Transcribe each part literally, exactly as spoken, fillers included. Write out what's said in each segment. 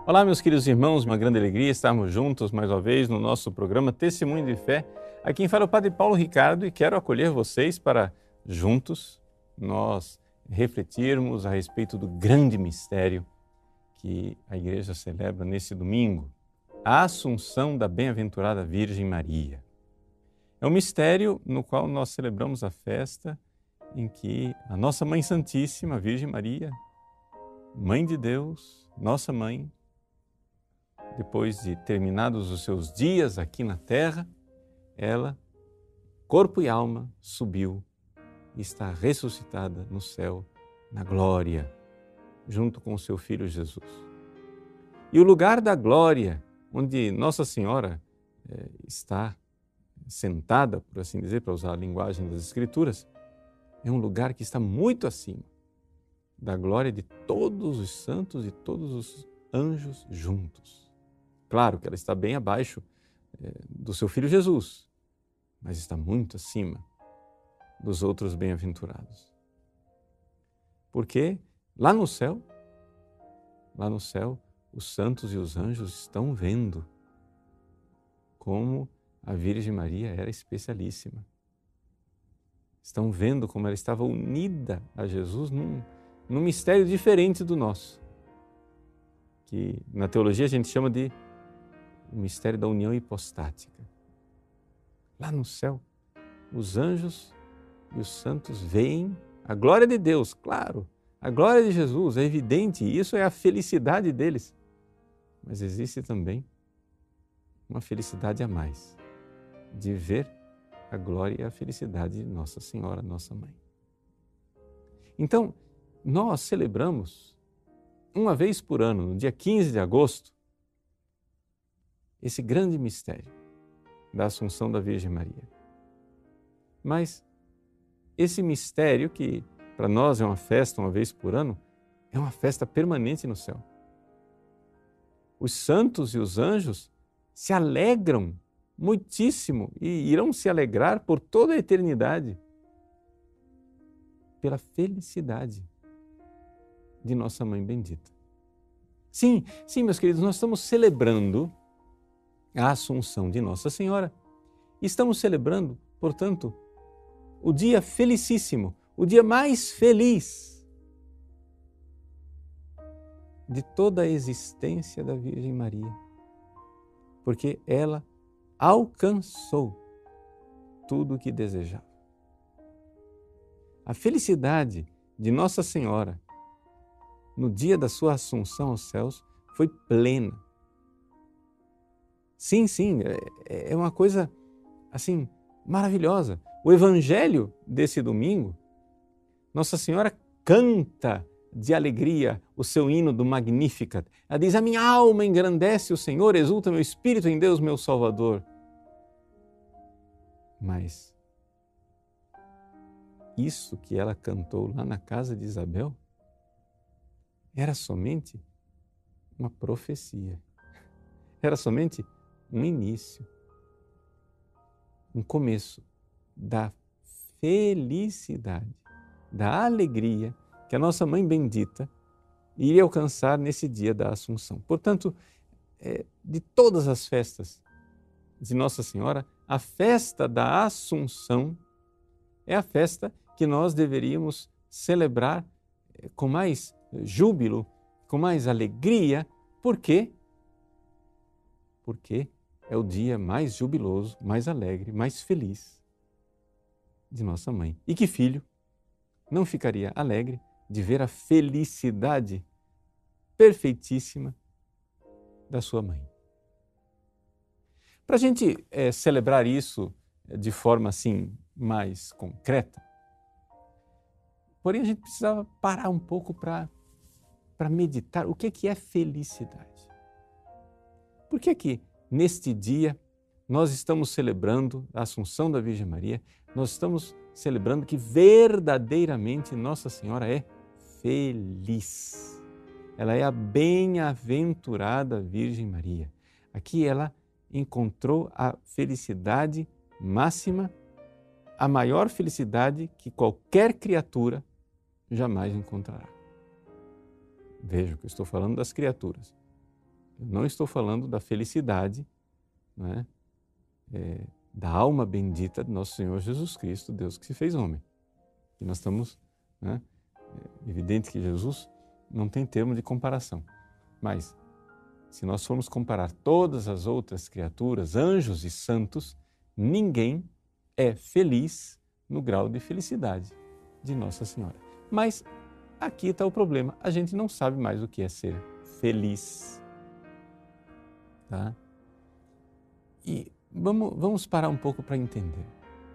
Olá, meus queridos irmãos, uma grande alegria estarmos juntos mais uma vez no nosso programa Testemunho de Fé. Aqui quem fala é o Padre Paulo Ricardo e quero acolher vocês para, juntos, nós refletirmos a respeito do grande mistério que a Igreja celebra nesse domingo, a Assunção da Bem-aventurada Virgem Maria. É um mistério no qual nós celebramos a festa em que a nossa Mãe Santíssima, Virgem Maria, Mãe de Deus, nossa Mãe, depois de terminados os seus dias aqui na terra, ela, corpo e alma, subiu e está ressuscitada no céu, na glória, junto com o seu Filho Jesus. E o lugar da glória, onde Nossa Senhora eh, está sentada, por assim dizer, para usar a linguagem das Escrituras, é um lugar que está muito acima da glória de todos os santos e todos os anjos juntos. Claro que ela está bem abaixo eh, do seu Filho Jesus, mas está muito acima dos outros bem-aventurados. Porque lá no céu, lá no céu, os santos e os anjos estão vendo como a Virgem Maria era especialíssima. Estão vendo como ela estava unida a Jesus num, num mistério diferente do nosso, que na teologia a gente chama de o mistério da união hipostática. Lá no céu, os anjos e os santos veem a glória de Deus, claro, a glória de Jesus, é evidente, isso é a felicidade deles. Mas existe também uma felicidade a mais, de ver a glória e a felicidade de Nossa Senhora, nossa Mãe. Então, nós celebramos uma vez por ano, no dia quinze de agosto, esse grande mistério da Assunção da Virgem Maria. Mas esse mistério, que para nós é uma festa uma vez por ano, é uma festa permanente no céu. Os santos e os anjos se alegram muitíssimo e irão se alegrar por toda a eternidade pela felicidade de nossa Mãe bendita. Sim, sim, meus queridos, nós estamos celebrando a Assunção de Nossa Senhora. Estamos celebrando, portanto, o dia felicíssimo, o dia mais feliz de toda a existência da Virgem Maria, porque ela alcançou tudo o que desejava. A felicidade de Nossa Senhora no dia da sua Assunção aos céus foi plena. Sim, sim, é uma coisa assim maravilhosa. O Evangelho desse domingo, Nossa Senhora canta de alegria o seu hino do Magnificat. Ela diz: a minha alma engrandece o Senhor, exulta meu espírito em Deus, meu Salvador. Mas isso que ela cantou lá na casa de Isabel era somente uma profecia. Era somente um início, um começo da felicidade, da alegria que a nossa Mãe bendita iria alcançar nesse dia da Assunção. Portanto, é, de todas as festas de Nossa Senhora, a festa da Assunção é a festa que nós deveríamos celebrar com mais júbilo, com mais alegria. Por quê? Porque é o dia mais jubiloso, mais alegre, mais feliz de nossa Mãe. E que filho não ficaria alegre de ver a felicidade perfeitíssima da sua Mãe? Para a gente é, celebrar isso de forma assim mais concreta, porém a gente precisava parar um pouco para para meditar o que que é felicidade. Por que que neste dia nós estamos celebrando a Assunção da Virgem Maria, nós estamos celebrando que verdadeiramente Nossa Senhora é feliz. Ela é a bem-aventurada Virgem Maria. Aqui ela encontrou a felicidade máxima, a maior felicidade que qualquer criatura jamais encontrará. Veja que eu estou falando das criaturas. Eu não estou falando da felicidade, não é? É, da alma bendita de nosso Senhor Jesus Cristo, Deus que se fez homem. E nós estamos, né? É evidente que Jesus não tem termo de comparação, mas se nós formos comparar todas as outras criaturas, anjos e santos, ninguém é feliz no grau de felicidade de Nossa Senhora. Mas aqui está o problema, a gente não sabe mais o que é ser feliz. Tá? E vamos, vamos parar um pouco para entender.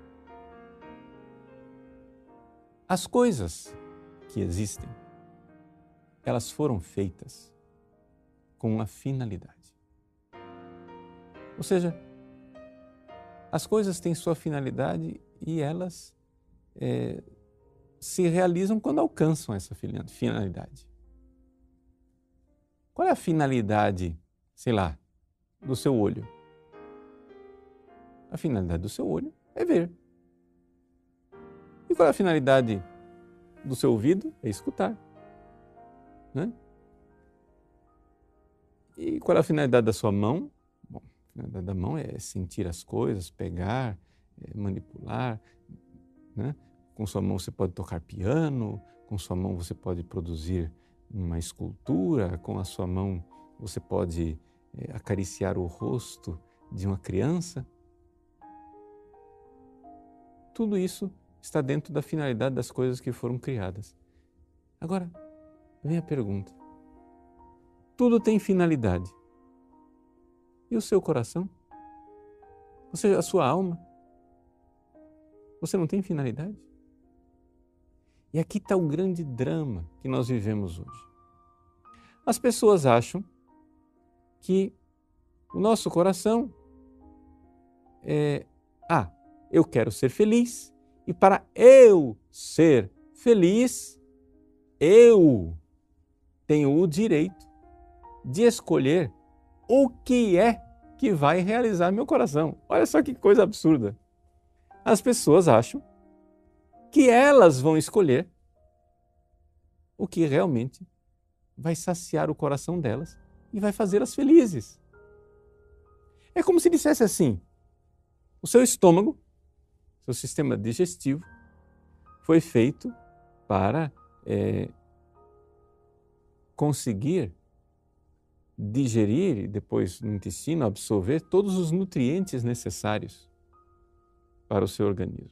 As coisas que existem, elas foram feitas com uma finalidade. Ou seja, as coisas têm sua finalidade e elas é, se realizam quando alcançam essa finalidade. Qual é a finalidade, sei lá, do seu olho? A finalidade do seu olho é ver. E qual é a finalidade do seu ouvido? É escutar. Né? E qual é a finalidade da sua mão? Bom, a finalidade da mão é sentir as coisas, pegar, é manipular. Né? Com sua mão você pode tocar piano, com sua mão você pode produzir uma escultura, com a sua mão você pode é, acariciar o rosto de uma criança. Tudo isso está dentro da finalidade das coisas que foram criadas. Agora, vem a pergunta. Tudo tem finalidade. E o seu coração? Ou seja, a sua alma? Você não tem finalidade? E aqui está o grande drama que nós vivemos hoje. As pessoas acham que o nosso coração é... Ah, eu quero ser feliz e para eu ser feliz, eu tenho o direito de escolher o que é que vai realizar meu coração. Olha só que coisa absurda. As pessoas acham que elas vão escolher o que realmente vai saciar o coração delas e vai fazê-las felizes. É como se dissesse assim, o seu estômago, seu sistema digestivo, foi feito para é, conseguir digerir e depois no intestino absorver todos os nutrientes necessários para o seu organismo.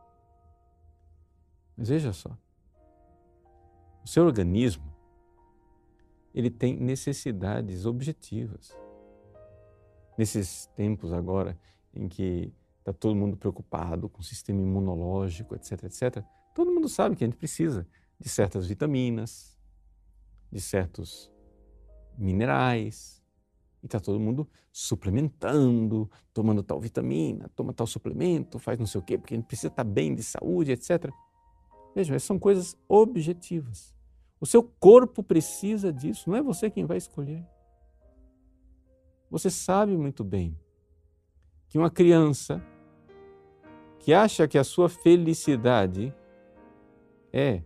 Mas veja só, o seu organismo, ele tem necessidades objetivas. Nesses tempos agora em que está todo mundo preocupado com o sistema imunológico, etc, etcétera, todo mundo sabe que a gente precisa de certas vitaminas, de certos minerais, e está todo mundo suplementando, tomando tal vitamina, toma tal suplemento, faz não sei o quê, porque a gente precisa estar bem de saúde, etcétera. Vejam, essas são coisas objetivas. O seu corpo precisa disso, não é você quem vai escolher. Você sabe muito bem que uma criança que acha que a sua felicidade é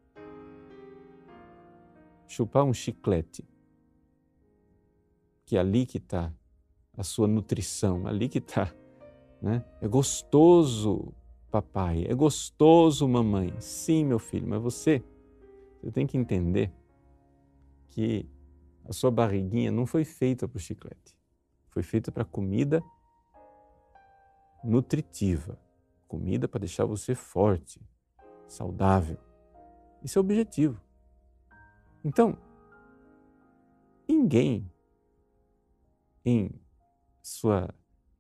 chupar um chiclete, que é ali que está a sua nutrição, ali que está, né? É gostoso, papai, é gostoso, mamãe. Sim, meu filho, mas você, você tem que entender que a sua barriguinha não foi feita para o chiclete, foi feita para comida nutritiva, comida para deixar você forte, saudável. Esse é o objetivo. Então, ninguém em sua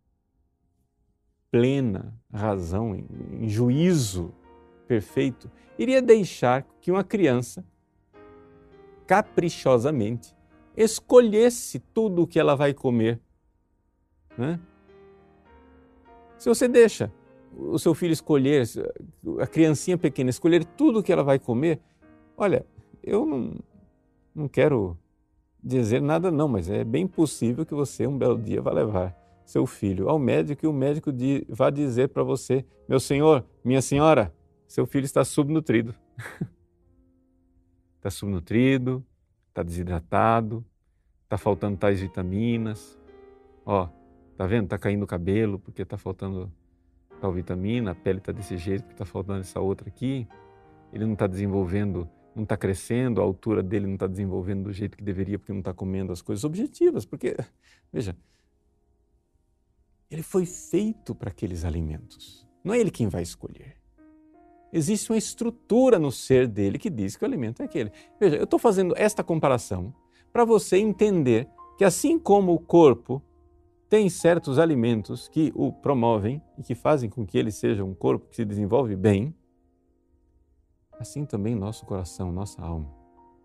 plena razão, em, em juízo perfeito, iria deixar que uma criança caprichosamente escolhesse tudo o que ela vai comer. Né? Se você deixa o seu filho escolher, a criancinha pequena escolher tudo o que ela vai comer, olha, eu não, não quero dizer nada não, mas é bem possível que você um belo dia vá levar seu filho ao médico e o médico vá dizer para você, meu senhor, minha senhora, seu filho está subnutrido. Está subnutrido, está desidratado, está faltando tais vitaminas. Ó, tá vendo? Está caindo o cabelo porque está faltando tal vitamina, a pele está desse jeito porque está faltando essa outra aqui. Ele não está desenvolvendo, não está crescendo, a altura dele não está desenvolvendo do jeito que deveria porque não está comendo as coisas objetivas. Porque, veja, ele foi feito para aqueles alimentos. Não é ele quem vai escolher. Existe uma estrutura no ser dele que diz que o alimento é aquele. Veja, eu estou fazendo esta comparação para você entender que assim como o corpo tem certos alimentos que o promovem e que fazem com que ele seja um corpo que se desenvolve bem, assim também nosso coração, nossa alma.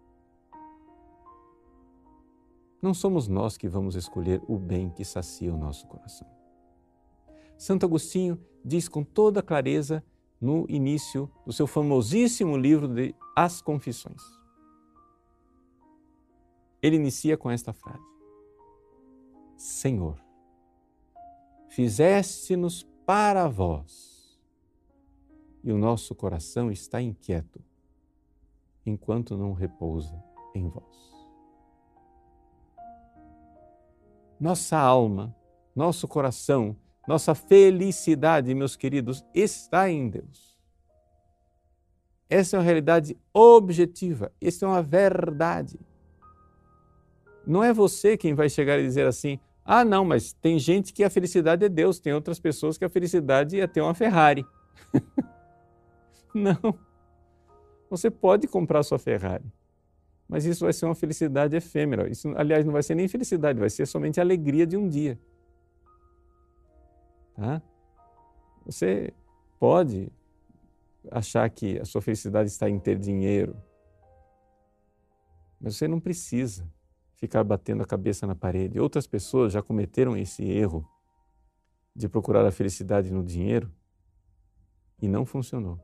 Não somos nós que vamos escolher o bem que sacia o nosso coração. Santo Agostinho diz com toda clareza no início do seu famosíssimo livro de As Confissões. Ele inicia com esta frase: Senhor, fizeste-nos para vós, e o nosso coração está inquieto, enquanto não repousa em vós. Nossa alma, nosso coração, nossa felicidade, meus queridos, está em Deus. Essa é uma realidade objetiva, essa é uma verdade. Não é você quem vai chegar e dizer assim: ah, não, mas tem gente que a felicidade é Deus, tem outras pessoas que a felicidade é ter uma Ferrari. Não. Você pode comprar sua Ferrari, mas isso vai ser uma felicidade efêmera. Isso, aliás, não vai ser nem felicidade, vai ser somente a alegria de um dia. Tá? Você pode achar que a sua felicidade está em ter dinheiro, mas você não precisa ficar batendo a cabeça na parede. Outras pessoas já cometeram esse erro de procurar a felicidade no dinheiro e não funcionou.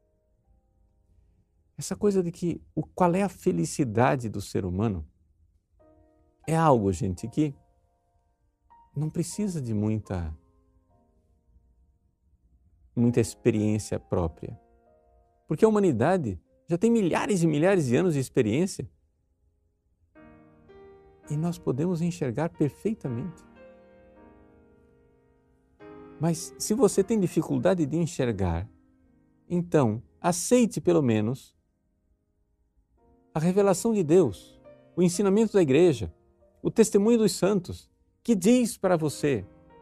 Essa coisa de que o, qual é a felicidade do ser humano é algo, gente, que não precisa de muita muita experiência própria. Porque a humanidade já tem milhares e milhares de anos de experiência e nós podemos enxergar perfeitamente. Mas se você tem dificuldade de enxergar, então aceite pelo menos a revelação de Deus, o ensinamento da igreja, o testemunho dos santos, que diz para você: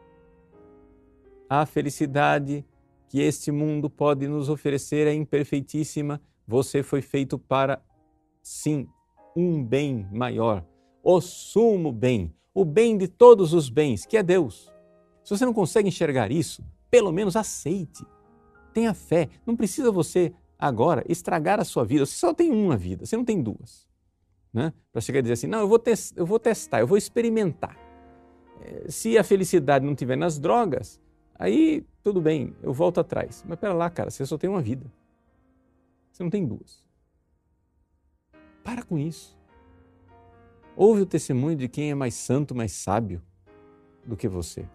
a felicidade que este mundo pode nos oferecer é imperfeitíssima, você foi feito para, sim, um bem maior, o sumo bem, o bem de todos os bens, que é Deus. Se você não consegue enxergar isso, pelo menos aceite, tenha fé. Não precisa você agora estragar a sua vida, você só tem uma vida, você não tem duas, né? Para chegar e dizer assim: não, eu vou, tes- eu vou testar, eu vou experimentar. Se a felicidade não estiver nas drogas, aí tudo bem, eu volto atrás. Mas pera lá, cara, você só tem uma vida. Você não tem duas. Para com isso. Ouve o testemunho de quem é mais santo, mais sábio do que você.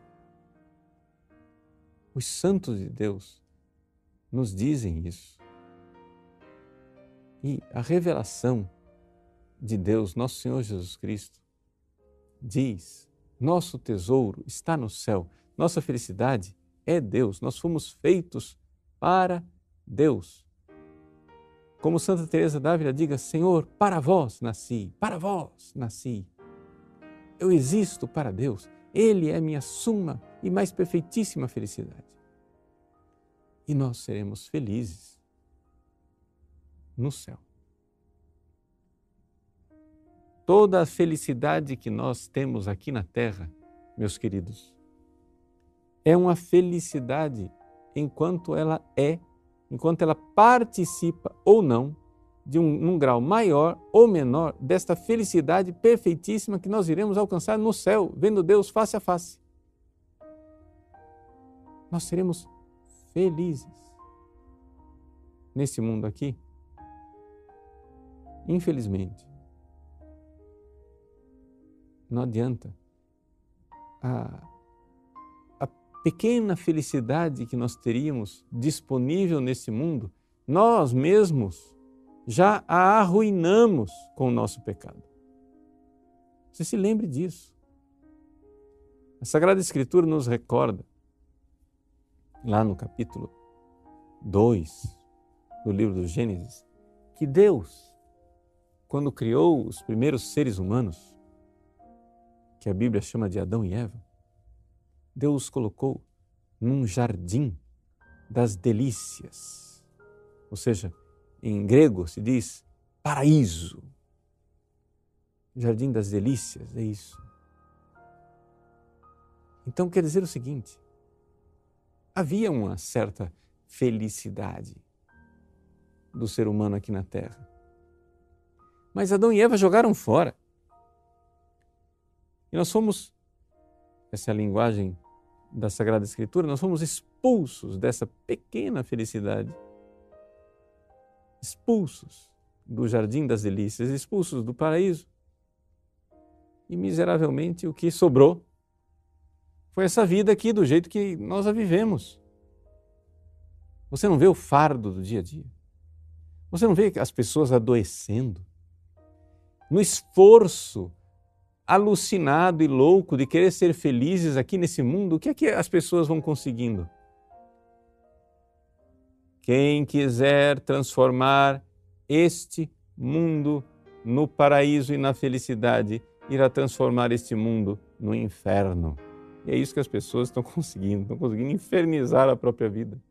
Os santos de Deus nos dizem isso. E a revelação de Deus, nosso Senhor Jesus Cristo, diz: nosso tesouro está no céu, nossa felicidade é Deus, nós fomos feitos para Deus. Como Santa Teresa d'Ávila diga: Senhor, para vós nasci, para vós nasci. Eu existo para Deus, Ele é minha suma e mais perfeitíssima felicidade. E nós seremos felizes no céu. Toda a felicidade que nós temos aqui na terra, meus queridos, é uma felicidade enquanto ela é, enquanto ela participa ou não de um, um grau maior ou menor desta felicidade perfeitíssima que nós iremos alcançar no céu, vendo Deus face a face. Nós seremos felizes. Nesse mundo aqui, infelizmente, não adianta. A, a pequena felicidade que nós teríamos disponível nesse mundo, nós mesmos já a arruinamos com o nosso pecado. Você se lembre disso. A Sagrada Escritura nos recorda, lá no capítulo dois do livro do Gênesis, que Deus, quando criou os primeiros seres humanos, que a Bíblia chama de Adão e Eva, Deus os colocou num jardim das delícias. Ou seja, em grego se diz paraíso. Jardim das delícias, é isso. Então quer dizer o seguinte, havia uma certa felicidade do ser humano aqui na Terra. Mas Adão e Eva jogaram fora. E nós fomos, essa é a linguagem da Sagrada Escritura, nós fomos expulsos dessa pequena felicidade, expulsos do jardim das delícias, expulsos do paraíso. E miseravelmente o que sobrou foi essa vida aqui do jeito que nós a vivemos. Você não vê o fardo do dia a dia? Você não vê as pessoas adoecendo? No esforço alucinado e louco de querer ser felizes aqui nesse mundo, o que é que as pessoas vão conseguindo? Quem quiser transformar este mundo no paraíso e na felicidade, irá transformar este mundo no inferno. E é isso que as pessoas estão conseguindo, estão conseguindo infernizar a própria vida.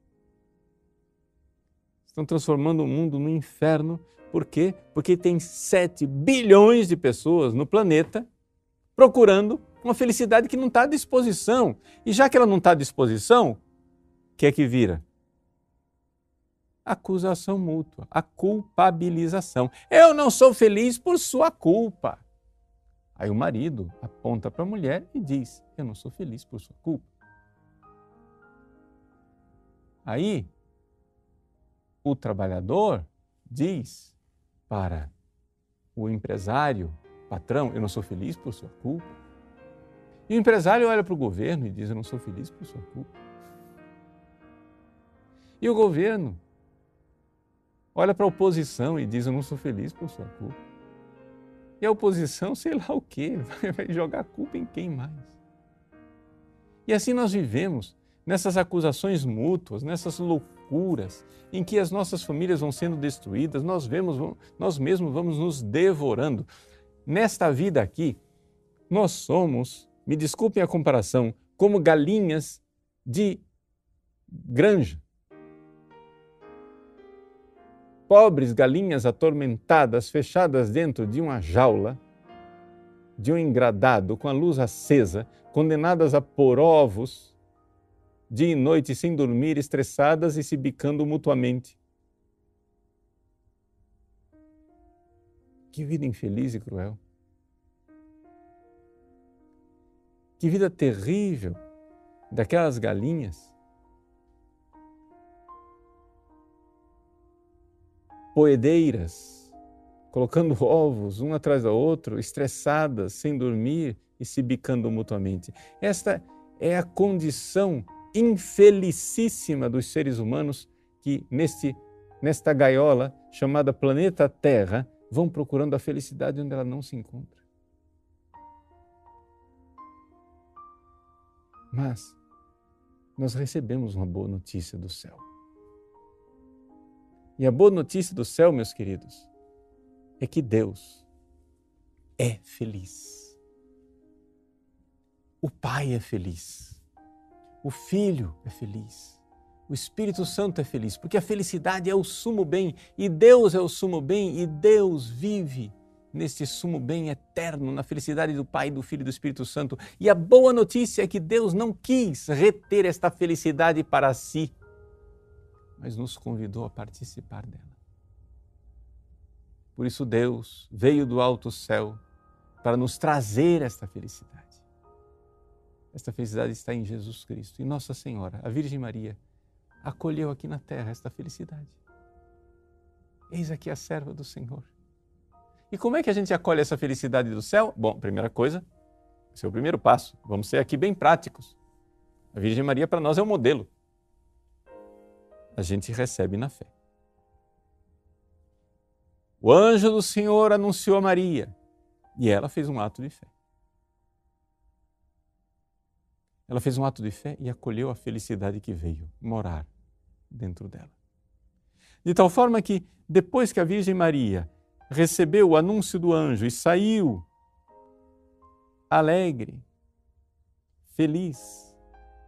Estão transformando o mundo no inferno. Por quê? Porque tem sete bilhões de pessoas no planeta procurando uma felicidade que não está à disposição. E já que ela não está à disposição, o que é que vira? Acusação mútua, a culpabilização. Eu não sou feliz por sua culpa. Aí o marido aponta para a mulher e diz, eu não sou feliz por sua culpa. Aí o trabalhador diz para o empresário, patrão, eu não sou feliz por sua culpa. E o empresário olha para o governo e diz, eu não sou feliz por sua culpa. E o governo olha para a oposição e diz, eu não sou feliz por sua culpa. E a oposição, sei lá o quê, vai jogar a culpa em quem mais? E assim nós vivemos nessas acusações mútuas, nessas loucuras, em que as nossas famílias vão sendo destruídas, nós, vemos, nós mesmos vamos nos devorando. Nesta vida aqui, nós somos, me desculpem a comparação, como galinhas de granja. Pobres galinhas atormentadas, fechadas dentro de uma jaula, de um engradado, com a luz acesa, condenadas a pôr ovos, dia e noite sem dormir, estressadas e se bicando mutuamente. Que vida infeliz e cruel. Que vida terrível daquelas galinhas poedeiras, colocando ovos um atrás do outro, estressadas, sem dormir e se bicando mutuamente. Esta é a condição infelicíssima dos seres humanos que neste, nesta gaiola chamada planeta Terra vão procurando a felicidade onde ela não se encontra. Mas nós recebemos uma boa notícia do céu. E a boa notícia do céu, meus queridos, é que Deus é feliz. O Pai é feliz. O Filho é feliz. O Espírito Santo é feliz, porque a felicidade é o sumo bem, e Deus é o sumo bem, e Deus vive neste sumo bem eterno, na felicidade do Pai, do Filho e do Espírito Santo. E a boa notícia é que Deus não quis reter esta felicidade para si, mas nos convidou a participar dela. Por isso Deus veio do alto céu para nos trazer esta felicidade. Esta felicidade está em Jesus Cristo. E Nossa Senhora, a Virgem Maria, acolheu aqui na terra esta felicidade. Eis aqui a serva do Senhor. E como é que a gente acolhe essa felicidade do céu? Bom, primeira coisa, esse é o primeiro passo. Vamos ser aqui bem práticos. A Virgem Maria para nós é o modelo. A gente recebe na fé. O anjo do Senhor anunciou a Maria, E ela fez um ato de fé. Ela fez um ato de fé e acolheu a felicidade que veio morar dentro dela. De tal forma que, depois que a Virgem Maria recebeu o anúncio do anjo e saiu alegre, feliz,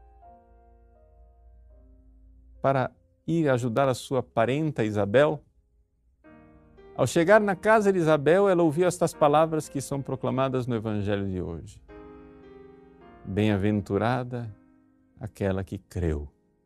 para ir ajudar a sua parenta Isabel, ao chegar na casa de Isabel, ela ouviu estas palavras que são proclamadas no Evangelho de hoje. Bem-aventurada aquela que creu.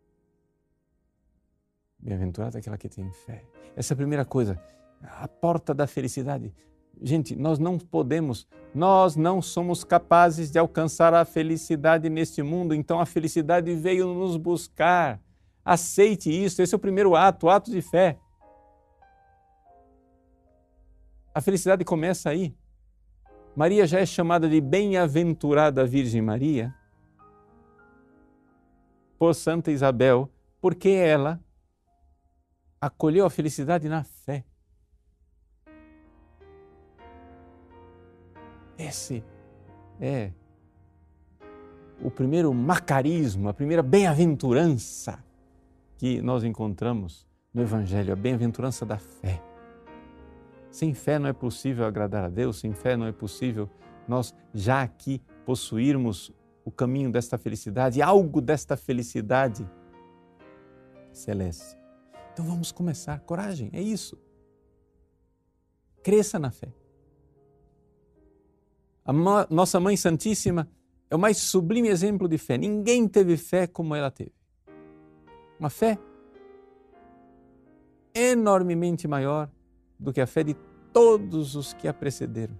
Bem-aventurada aquela que tem fé. Essa é a primeira coisa, a porta da felicidade. Gente, nós não podemos, nós não somos capazes de alcançar a felicidade neste mundo, então a felicidade veio nos buscar. Aceite isso, esse é o primeiro ato, o ato de fé. A felicidade começa aí. Maria já é chamada de bem-aventurada Virgem Maria por Santa Isabel, porque ela acolheu a felicidade na fé. Esse é o primeiro macarismo, a primeira bem-aventurança que nós encontramos no Evangelho, a bem-aventurança da fé. Sem fé não é possível agradar a Deus, sem fé não é possível nós já aqui possuirmos o caminho desta felicidade, algo desta felicidade celeste. Então vamos começar, coragem, é isso. Cresça na fé. A nossa Mãe Santíssima é o mais sublime exemplo de fé. Ninguém teve fé como ela teve. Uma fé enormemente maior do que a fé de todos os que a precederam.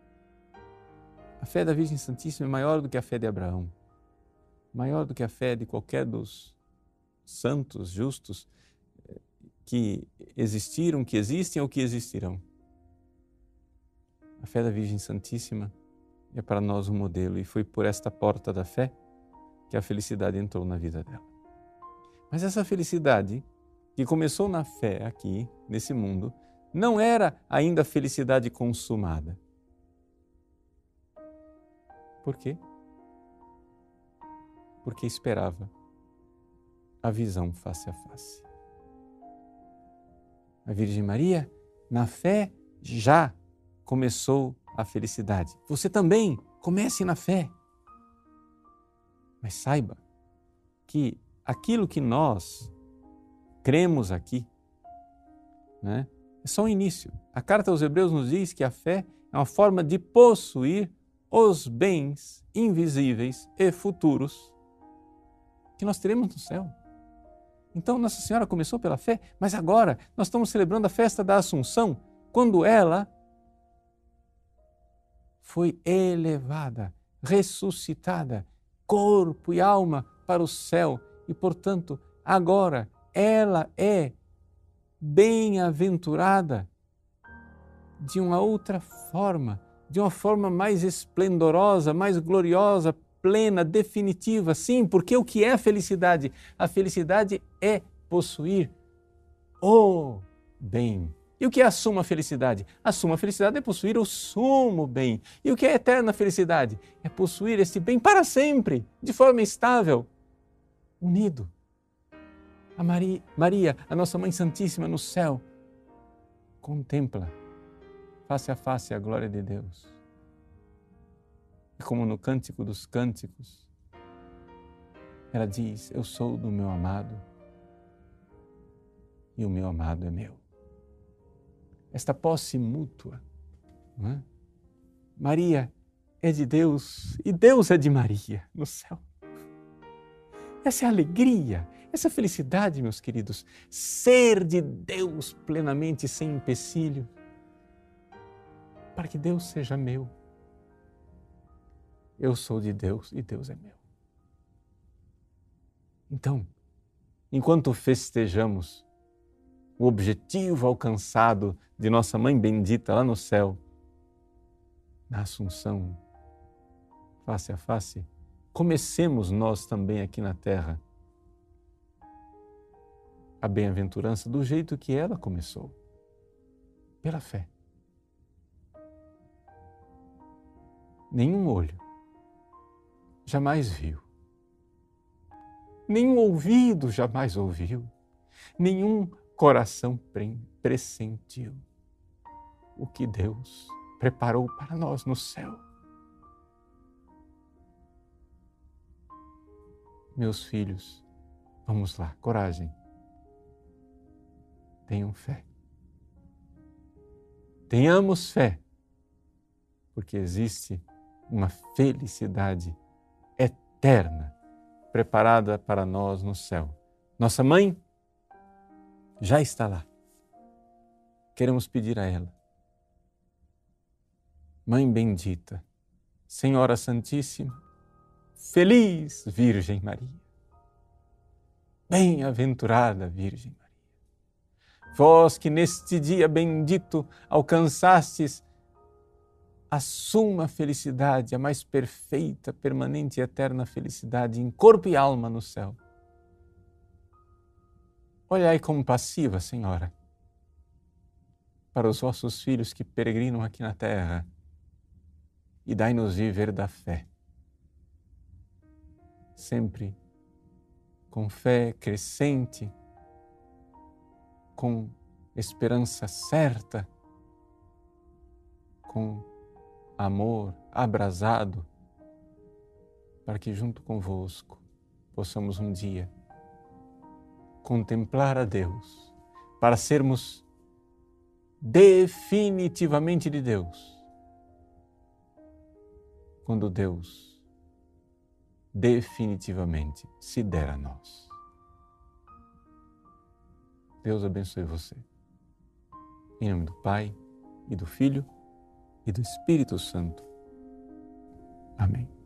A fé da Virgem Santíssima é maior do que a fé de Abraão, maior do que a fé de qualquer dos santos justos que existiram, que existem ou que existirão. A fé da Virgem Santíssima é para nós um modelo e foi por esta porta da fé que a felicidade entrou na vida dela. Mas essa felicidade que começou na fé aqui, nesse mundo, não era ainda felicidade consumada. Por quê? Porque esperava a visão face a face. A Virgem Maria, na fé, já começou a felicidade. Você também comece na fé. Mas saiba que aquilo que nós cremos aqui, né, é só um início. A carta aos Hebreus nos diz que a fé é uma forma de possuir os bens invisíveis e futuros que nós teremos no céu. Então Nossa Senhora começou pela fé, mas agora nós estamos celebrando a festa da Assunção, quando ela foi elevada, ressuscitada, corpo e alma para o céu e, portanto, agora ela é bem-aventurada de uma outra forma, de uma forma mais esplendorosa, mais gloriosa, plena, definitiva. Sim, porque o que é a felicidade? A felicidade é possuir o bem. E o que é a suma felicidade? A suma felicidade é possuir o sumo bem. E o que é a eterna felicidade? É possuir esse bem para sempre, de forma estável, unido. A Maria, Maria, a nossa Mãe Santíssima no céu, contempla face a face a glória de Deus. E como no Cântico dos Cânticos, ela diz: eu sou do meu amado e o meu amado é meu. Esta posse mútua, não é? Maria é de Deus e Deus é de Maria no céu. Essa é a alegria, essa felicidade, meus queridos, ser de Deus plenamente, sem empecilho, para que Deus seja meu. Eu sou de Deus e Deus é meu. Então, enquanto festejamos o objetivo alcançado de nossa Mãe bendita lá no céu, na Assunção, face a face, comecemos nós também aqui na terra a bem-aventurança do jeito que ela começou, pela fé. nenhum olho jamais viu, nenhum ouvido jamais ouviu, nenhum coração pressentiu o que Deus preparou para nós no céu. Meus filhos, vamos lá, coragem. Tenham fé. Tenhamos fé, porque existe uma felicidade eterna preparada para nós no céu. Nossa mãe já está lá. Queremos pedir a ela: Mãe bendita, Senhora Santíssima, feliz Virgem Maria, bem-aventurada Virgem Maria, vós que neste dia bendito alcançastes a suma felicidade, a mais perfeita, permanente e eterna felicidade em corpo e alma no céu. Olhai compassiva, Senhora, para os vossos filhos que peregrinam aqui na terra e dai-nos viver da fé, sempre com fé crescente, com esperança certa, com amor abrasado, para que junto convosco possamos um dia contemplar a Deus, para sermos definitivamente de Deus, quando Deus definitivamente se der a nós. Deus abençoe você. Em nome do Pai, e do Filho, e do Espírito Santo. Amém.